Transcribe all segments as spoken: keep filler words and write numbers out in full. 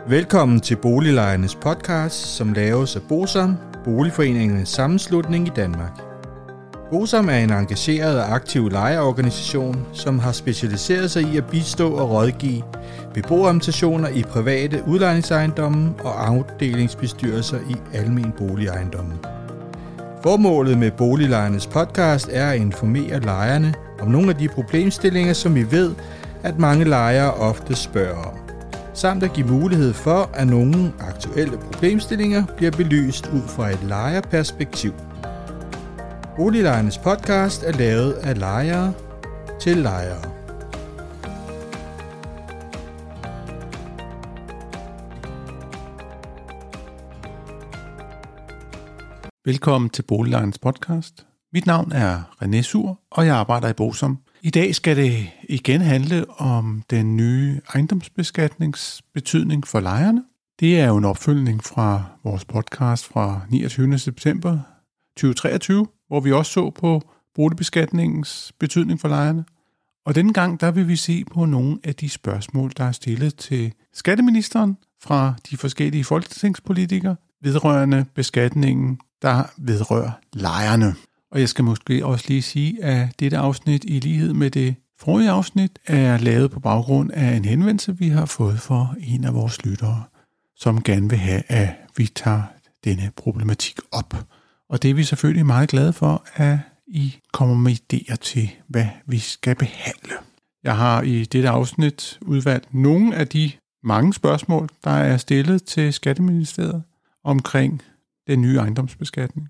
Velkommen til Boliglejernes podcast, som laves af BOSAM, Boligforeningernes Sammenslutning i Danmark. BOSAM er en engageret og aktiv lejerorganisation, som har specialiseret sig i at bistå og rådgive beboerrepræsentationer i private udlejningsejendomme og afdelingsbestyrelser i almen boligejendomme. Formålet med Boliglejernes podcast er at informere lejerne om nogle af de problemstillinger, som vi ved, at mange lejere ofte spørger om, samt at give mulighed for, at nogle aktuelle problemstillinger bliver belyst ud fra et lejerperspektiv. Boliglejernes podcast er lavet af lejere til lejere. Velkommen til Boliglejernes podcast. Mit navn er René Sur, og jeg arbejder i BOSAM. I dag skal det igen handle om den nye ejendomsbeskatningsbetydning for lejerne. Det er jo en opfølgning fra vores podcast fra niogtyvende september to tusind og treogtyve, hvor vi også så på boligbeskatningens betydning for lejerne. Og denne gang der vil vi se på nogle af de spørgsmål, der er stillet til skatteministeren fra de forskellige folketingspolitikere vedrørende beskatningen, der vedrører lejerne. Og jeg skal måske også lige sige, at dette afsnit i lighed med det forrige afsnit er lavet på baggrund af en henvendelse, vi har fået fra en af vores lyttere, som gerne vil have, at vi tager denne problematik op. Og det er vi selvfølgelig meget glade for, at I kommer med idéer til, hvad vi skal behandle. Jeg har i dette afsnit udvalgt nogle af de mange spørgsmål, der er stillet til Skatteministeriet omkring den nye ejendomsbeskatning.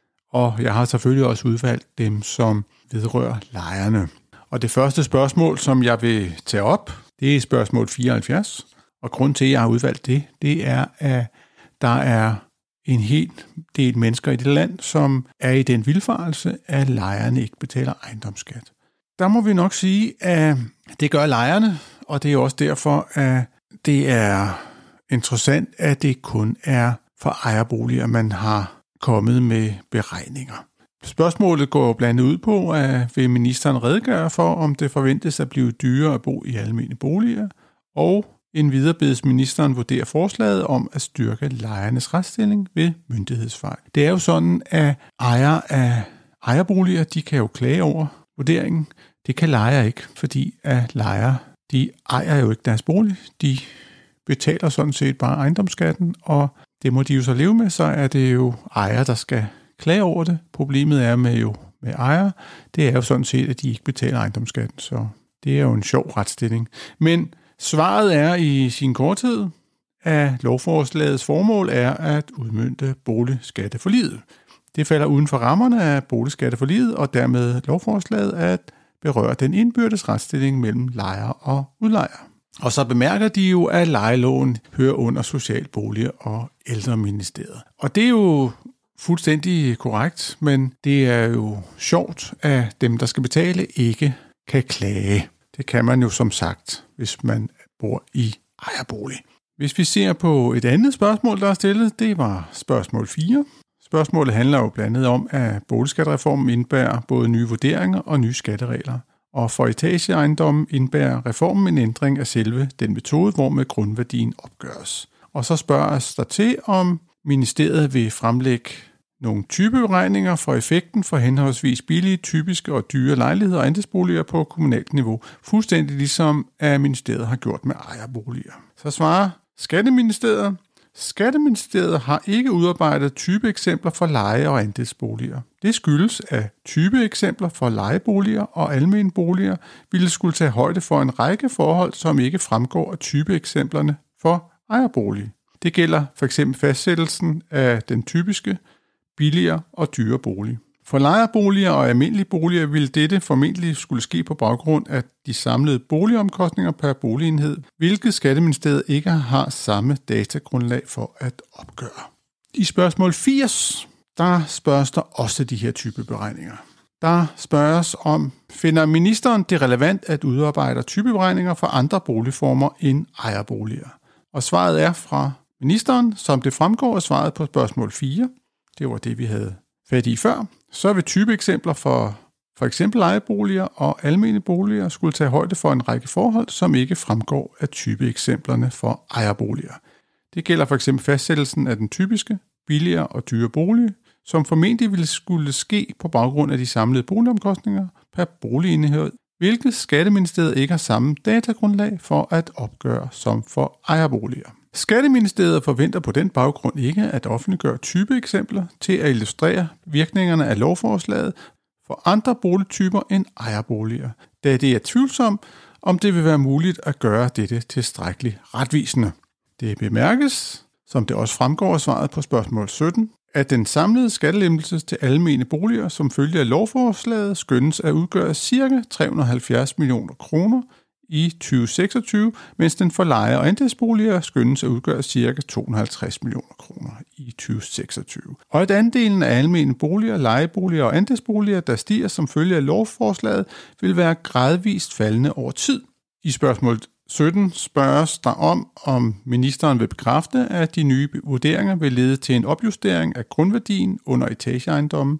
Og jeg har selvfølgelig også udvalgt dem, som vedrører lejerne. Og det første spørgsmål, som jeg vil tage op, det er spørgsmål fireoghalvfjerds. Og grund til, at jeg har udvalgt det, det er, at der er en hel del mennesker i det land, som er i den vildfarelse, at lejerne ikke betaler ejendomsskat. Der må vi nok sige, at det gør lejerne, og det er også derfor, at det er interessant, at det kun er for ejerboliger, man har kommet med beregninger. Spørgsmålet går blandt andet ud på, at vil ministeren redegøre for, om det forventes at blive dyrere at bo i almene boliger, og endvidere bedes ministeren vurdere forslaget om at styrke lejernes retsstilling ved myndighedsfejl. Det er jo sådan, at ejere af ejerboliger, de kan jo klage over vurderingen. Det kan lejere ikke, fordi at lejere, de ejer jo ikke deres bolig. De betaler sådan set bare ejendomsskatten, og det må de jo så leve med, så er det jo ejere, der skal klage over det. Problemet er med jo med ejere, det er jo sådan set, at de ikke betaler ejendomsskatten, så det er jo en sjov retsstilling. Men svaret er i sin korthed, at lovforslagets formål er at udmønte boligskatteforliget. Det falder uden for rammerne af boligskatteforliget, og dermed lovforslaget at berøre den indbyrdes retsstilling mellem lejer og udlejer. Og så bemærker de jo, at lejeloven hører under Social-, Bolig- og Ældreministeriet. Og det er jo fuldstændig korrekt, men det er jo sjovt, at dem, der skal betale, ikke kan klage. Det kan man jo som sagt, hvis man bor i ejerbolig. Hvis vi ser på et andet spørgsmål, der er stillet, det var spørgsmål fire. Spørgsmålet handler jo blandt andet om, at boligskattereformen indebærer både nye vurderinger og nye skatteregler. Og for etageejendommen indebærer reformen en ændring af selve den metode, hvormed grundværdien opgøres. Og så spørges der til, om ministeriet vil fremlægge nogle typeberegninger for effekten for henholdsvis billige, typiske og dyre lejligheder og andelsboliger på kommunalt niveau, fuldstændig ligesom at ministeriet har gjort med ejerboliger. Så svarer Skatteministeriet, Skatteministeriet har ikke udarbejdet typeeksempler for leje- og andelsboliger. Det skyldes, at typeeksempler for lejeboliger og almene boliger ville skulle tage højde for en række forhold, som ikke fremgår af typeeksemplerne for ejerbolig. Det gælder f.eks. fastsættelsen af den typiske, billigere og dyre bolig. For lejerboliger og almindelige boliger ville dette formentlig skulle ske på baggrund af de samlede boligomkostninger per boligenhed, hvilket Skatteministeriet ikke har samme datagrundlag for at opgøre. I spørgsmål firs, der spørges der også de her type beregninger. Der spørges om, finder ministeren det relevant at udarbejde typeberegninger for andre boligformer end ejerboliger? Og svaret er fra ministeren, som det fremgår af svaret på spørgsmål fire. Det var det, vi havde fat i før. Så vil typeeksempler for for eksempel lejeboliger og almene boliger skulle tage højde for en række forhold, som ikke fremgår af typeeksemplerne for ejerboliger. Det gælder for eksempel fastsættelsen af den typiske, billigere og dyre bolig, som formentlig ville skulle ske på baggrund af de samlede boligomkostninger per boligenhed, hvilket Skatteministeriet ikke har samme datagrundlag for at opgøre som for ejerboliger. Skatteministeriet forventer på den baggrund ikke at offentliggøre typeeksempler til at illustrere virkningerne af lovforslaget for andre boligtyper end ejerboliger, da det er tvivlsomt, om det vil være muligt at gøre dette tilstrækkeligt retvisende. Det bemærkes, som det også fremgår af svaret på spørgsmål sytten, at den samlede skattelempelse til almene boliger, som følge af lovforslaget, skønnes at udgøre ca. tre hundrede og halvfjerds millioner kroner i tyve seksogtyve, mens den for leje- og andelsboliger skønnes at udgøre ca. to hundrede og halvtreds millioner kroner i tyve seksogtyve. Og at andelen af almene boliger, lejeboliger og andelsboliger, der stiger som følge af lovforslaget, vil være gradvist faldende over tid. I spørgsmål sytten spørges der om, om ministeren vil bekræfte, at de nye vurderinger vil lede til en opjustering af grundværdien under etageejendommen,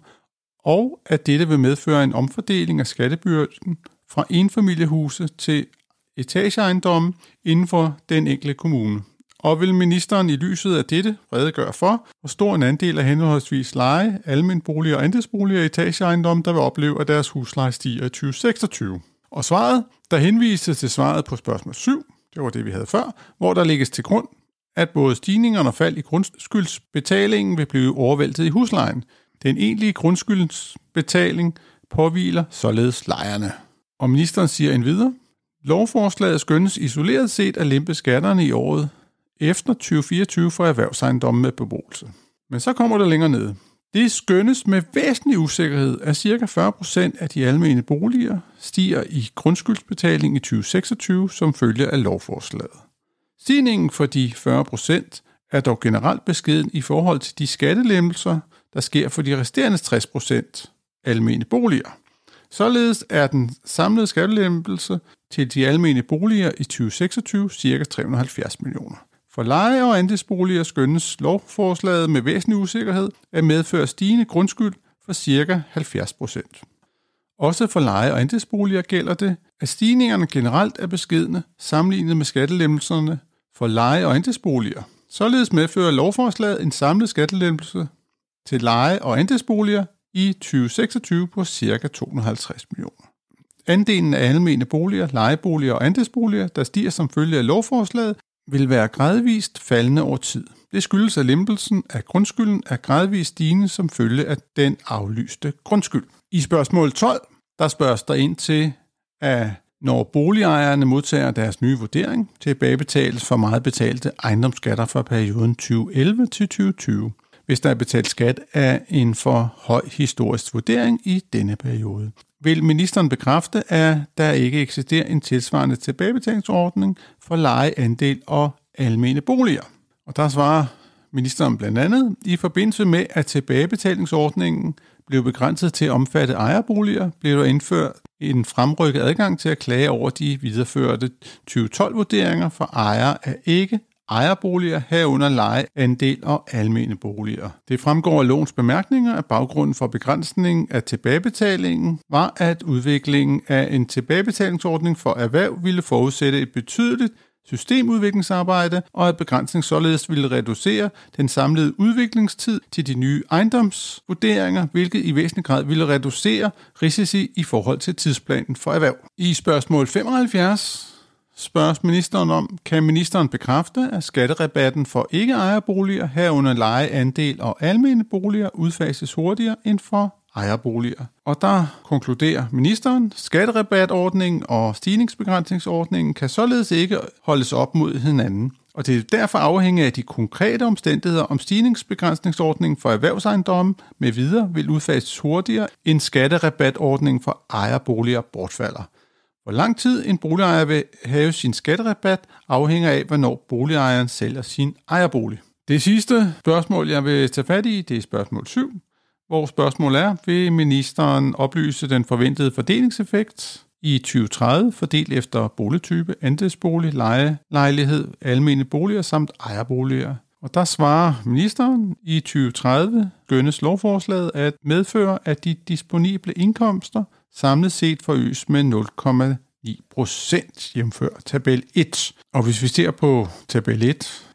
og at dette vil medføre en omfordeling af skattebyrden fra enfamiliehuse til etageejendommen inden for den enkelte kommune. Og vil ministeren i lyset af dette redegøre for, hvor stor en andel af henholdsvis leje, almenboliger og andelsboliger i etageejendommen, der vil opleve, at deres husleje stiger i tyve seksogtyve? Og svaret, der henvises til svaret på spørgsmål syv, det var det vi havde før, hvor der lægges til grund, at både stigningerne og fald i grundskyldsbetalingen vil blive overvæltet i huslejen. Den egentlige grundskyldsbetaling påhviler således lejerne. Og ministeren siger endvidere, lovforslaget skønnes isoleret set at lempe skatterne i året efter tyve fireogtyve for erhvervsejendomme med beboelse. Men så kommer det længere nede. Det skønnes med væsentlig usikkerhed, at ca. fyrre procent af de almene boliger stiger i grundskyldsbetaling i tyve seksogtyve som følge af lovforslaget. Stigningen for de fyrre procent er dog generelt beskeden i forhold til de skattelempelser, der sker for de resterende tres procent almene boliger. Således er den samlede skattelempelse til de almene boliger i tyve seksogtyve ca. tre hundrede og halvfjerds millioner. For leje- og andelsboliger skønnes lovforslaget med væsentlig usikkerhed at medføre stigende grundskyld for ca. halvfjerds procent. Også for leje- og andelsboliger gælder det, at stigningerne generelt er beskedne sammenlignet med skattelempelserne for leje- og andelsboliger. Således medfører lovforslaget en samlet skattelempelse til leje- og andelsboliger i tyve seksogtyve på ca. to hundrede og halvtreds millioner. Andelen af almene boliger, lejeboliger og andelsboliger, der stiger som følge af lovforslaget, vil være gradvist faldende over tid. Det skyldes, at lempelsen af grundskylden er gradvist stigende som følge af den aflyste grundskyld. I spørgsmål tolv, der spørges der ind til, at når boligejerne modtager deres nye vurdering, tilbagebetales for meget betalte ejendomsskatter fra perioden tyve elleve til tyve tyve, hvis der er betalt skat af en for høj historisk vurdering i denne periode. Vil ministeren bekræfte, at der ikke eksisterer en tilsvarende tilbagebetalingsordning for lejeandel og almene boliger? Og der svarer ministeren blandt andet, i forbindelse med, at tilbagebetalingsordningen blev begrænset til at omfatte ejerboliger, blev der indført en fremrykket adgang til at klage over de videreførte tyve tolv-vurderinger for ejere af ikke ejerboliger herunder lejeandel og almene boliger. Det fremgår af lovens bemærkninger, at baggrunden for begrænsningen af tilbagebetalingen var, at udviklingen af en tilbagebetalingsordning for erhverv ville forudsætte et betydeligt systemudviklingsarbejde, og at begrænsningen således ville reducere den samlede udviklingstid til de nye ejendomsvurderinger, hvilket i væsentlig grad ville reducere risici i forhold til tidsplanen for erhverv. I spørgsmål femoghalvfjerds spørges ministeren om, kan ministeren bekræfte, at skatterabatten for ikke-ejerboliger herunder lejeandel og almene boliger udfases hurtigere end for ejerboliger. Og der konkluderer ministeren, skatterabatordningen og stigningsbegrænsningsordningen kan således ikke holdes op mod hinanden, og det er derfor afhængigt af de konkrete omstændigheder, om stigningsbegrænsningsordningen for erhvervsejendomme med videre vil udfases hurtigere end skatterabatordningen for ejerboliger bortfalder. Hvor lang tid en boligejer vil have sin skatterabat afhænger af, hvornår boligejeren sælger sin ejerbolig. Det sidste spørgsmål, jeg vil tage fat i, det er spørgsmål syv, hvor spørgsmålet er, vil ministeren oplyse den forventede fordelingseffekt i tyve tredive, fordelt efter boligtype, andelsbolig, leje, lejlighed, almene boliger samt ejerboliger. Og der svarer ministeren, i tyve tredive skønnes lovforslaget at medføre, at de disponible indkomster samlet set forøges med nul komma ni procent jævnfør tabel et. Og hvis vi ser på tabel et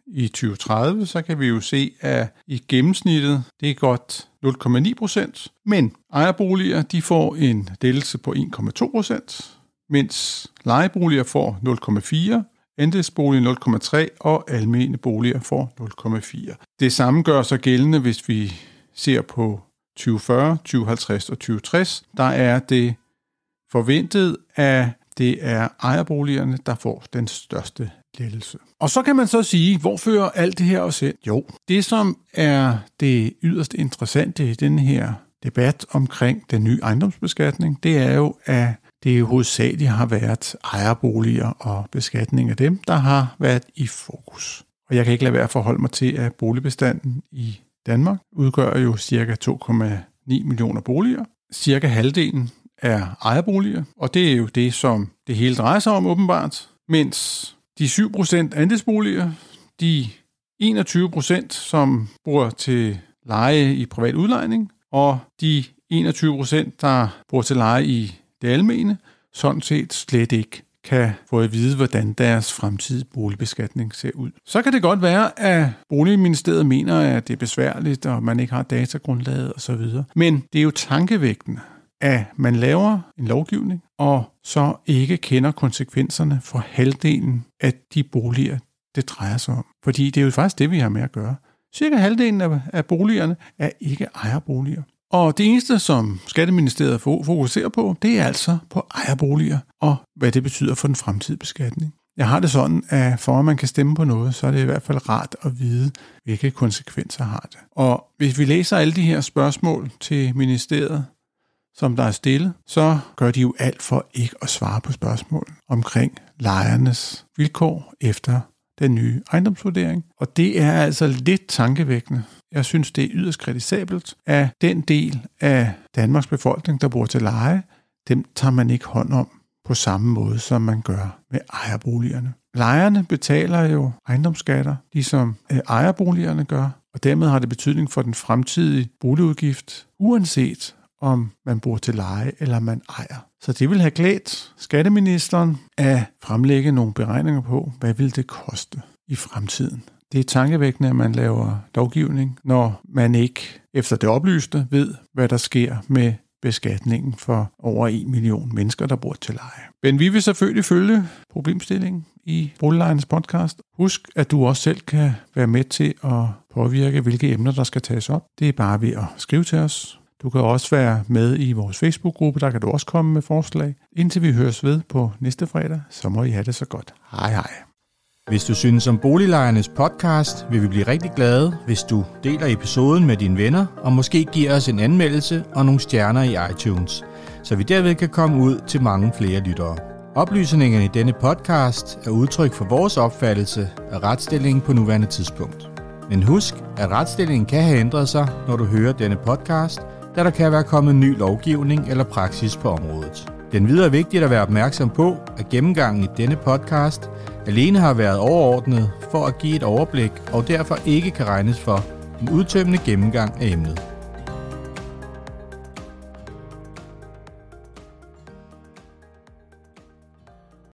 i tyve tredive, så kan vi jo se, at i gennemsnittet, det er godt nul komma ni procent, men ejerboliger, de får en lettelse på en komma to procent, mens lejeboliger får nul komma fire, andelsboliger nul komma tre og almene boliger får nul komma fire. Det samme gør sig gældende, hvis vi ser på tyve fyrre, tyve halvtreds og tyve tres. Der er det forventet, at det er ejerboligerne, der får den største lettelse. Og så kan man så sige, hvor fører alt det her os hen? Jo, det som er det yderst interessante i den her debat omkring den nye ejendomsbeskatning, det er jo, at det jo hovedsageligt har været ejerboliger og beskatning af dem, der har været i fokus. Og jeg kan ikke lade være at forholde mig til, at boligbestanden i Danmark udgør jo ca. to komma ni millioner boliger. Cirka halvdelen er ejerboliger, og det er jo det, som det hele drejer sig om åbenbart. Mens de syv procent andelsboliger, de enogtyve procent, som bor til leje i privat udlejning, og de enogtyve procent, der bor til leje i det almene, sådan set slet ikke kan få at vide, hvordan deres fremtidige boligbeskatning ser ud. Så kan det godt være, at Boligministeriet mener, at det er besværligt, og man ikke har datagrundlaget osv. Men det er jo tankevækkende, at man laver en lovgivning, og så ikke kender konsekvenserne for halvdelen af de boliger, det drejer sig om. Fordi det er jo faktisk det, vi har med at gøre. Cirka halvdelen af boligerne er ikke ejerboliger. Og det eneste, som Skatteministeriet fokuserer på, det er altså på ejerboliger, og hvad det betyder for den fremtidige beskatning. Jeg har det sådan, at for at man kan stemme på noget, så er det i hvert fald rart at vide, hvilke konsekvenser har det. Og hvis vi læser alle de her spørgsmål til ministeriet, som der er stillet, så gør de jo alt for ikke at svare på spørgsmål omkring lejernes vilkår efter den nye ejendomsvurdering. Og det er altså lidt tankevækkende. Jeg synes, det er yderst kritisabelt, at den del af Danmarks befolkning, der bor til leje, dem tager man ikke hånd om på samme måde, som man gør med ejerboligerne. Lejerne betaler jo ejendomsskatter, ligesom ejerboligerne gør, og dermed har det betydning for den fremtidige boligudgift, uanset om man bor til leje eller man ejer. Så det vil have klædt skatteministeren at fremlægge nogle beregninger på, hvad vil det koste i fremtiden. Det er tankevækkende, at man laver lovgivning, når man ikke efter det oplyste ved, hvad der sker med beskatningen for over en million mennesker, der bor til leje. Men vi vil selvfølgelig følge problemstillingen i Boliglejernes podcast. Husk, at du også selv kan være med til at påvirke, hvilke emner, der skal tages op. Det er bare ved at skrive til os. Du kan også være med i vores Facebook-gruppe, der kan du også komme med forslag. Indtil vi høres ved på næste fredag, så må I have det så godt. Hej hej. Hvis du synes om Boliglejernes podcast, vil vi blive rigtig glade, hvis du deler episoden med dine venner, og måske giver os en anmeldelse og nogle stjerner i iTunes, så vi derved kan komme ud til mange flere lyttere. Oplysningerne i denne podcast er udtryk for vores opfattelse af retsstillingen på nuværende tidspunkt. Men husk, at retsstillingen kan have ændret sig, når du hører denne podcast, da der kan være kommet ny lovgivning eller praksis på området. Den videre er vigtigt at være opmærksom på, at gennemgangen i denne podcast alene har været overordnet for at give et overblik og derfor ikke kan regnes for en udtømmende gennemgang af emnet.